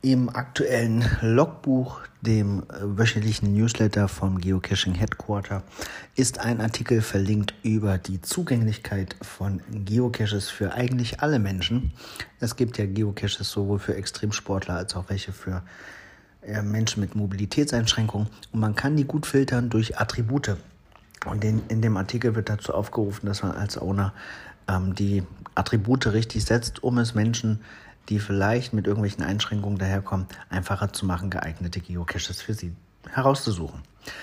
Im aktuellen Logbuch, dem wöchentlichen Newsletter vom Geocaching Headquarter, ist ein Artikel verlinkt über die Zugänglichkeit von Geocaches für eigentlich alle Menschen. Es gibt ja Geocaches sowohl für Extremsportler als auch welche für Menschen mit Mobilitätseinschränkungen und man kann die gut filtern durch Attribute. Und in dem Artikel wird dazu aufgerufen, dass man als Owner die Attribute richtig setzt, um es Menschen, die vielleicht mit irgendwelchen Einschränkungen daherkommen, einfacher zu machen, geeignete Geocaches für sie herauszusuchen.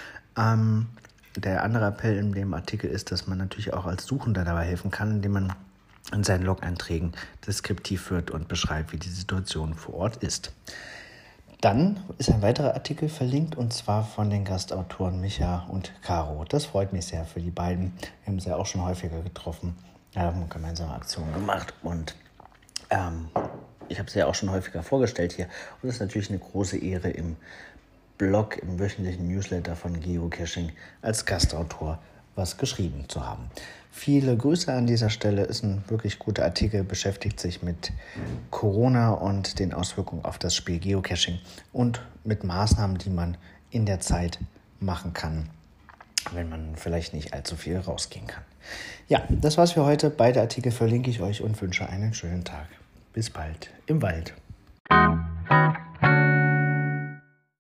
Der andere Appell in dem Artikel ist, dass man natürlich auch als Suchender dabei helfen kann, indem man in seinen Log-Einträgen deskriptiv führt und beschreibt, wie die Situation vor Ort ist. Dann ist ein weiterer Artikel verlinkt, und zwar von den Gastautoren Micha und Caro. Das freut mich sehr für die beiden. Wir haben sie ja auch schon häufiger getroffen, haben gemeinsame Aktionen gemacht und ich habe sie ja auch schon häufiger vorgestellt hier. Und es ist natürlich eine große Ehre, im Blog, im wöchentlichen Newsletter von Geocaching als Gastautor was geschrieben zu haben. Viele Grüße an dieser Stelle, ist ein wirklich guter Artikel, beschäftigt sich mit Corona und den Auswirkungen auf das Spiel Geocaching und mit Maßnahmen, die man in der Zeit machen kann, wenn man vielleicht nicht allzu viel rausgehen kann. Ja, das war's für heute. Beide Artikel verlinke ich euch und wünsche einen schönen Tag. Bis bald im Wald.